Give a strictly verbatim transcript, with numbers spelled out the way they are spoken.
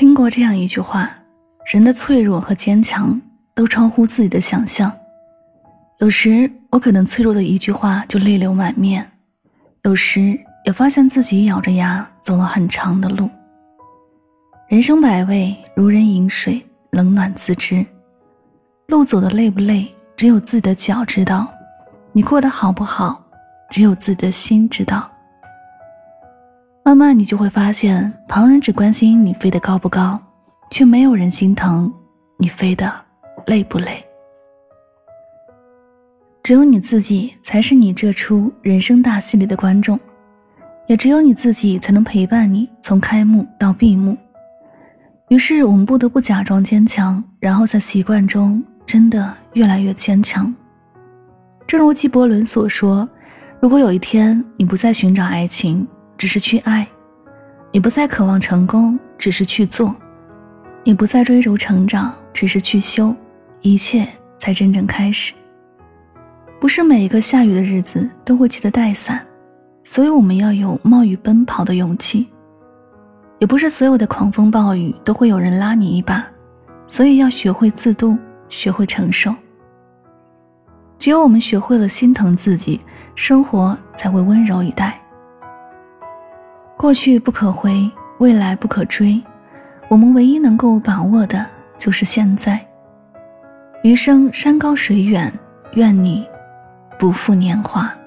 听过这样一句话，人的脆弱和坚强都超乎自己的想象。有时我可能脆弱的一句话就泪流满面，有时也发现自己咬着牙走了很长的路。人生百味，如人饮水，冷暖自知。路走得累不累，只有自己的脚知道；你过得好不好，只有自己的心知道。慢慢你就会发现，旁人只关心你飞得高不高，却没有人心疼你飞得累不累。只有你自己才是你这出人生大戏里的观众，也只有你自己才能陪伴你从开幕到闭幕。于是我们不得不假装坚强，然后在习惯中真的越来越坚强。正如纪伯伦所说，如果有一天你不再寻找爱情，只是去爱；你不再渴望成功，只是去做；你不再追逐成长，只是去修，一切才真正开始。不是每一个下雨的日子都会记得带伞，所以我们要有冒雨奔跑的勇气。也不是所有的狂风暴雨都会有人拉你一把，所以要学会自渡，学会承受。只有我们学会了心疼自己，生活才会温柔以待。过去不可回，未来不可追，我们唯一能够把握的就是现在。余生山高水远，愿你不负年华。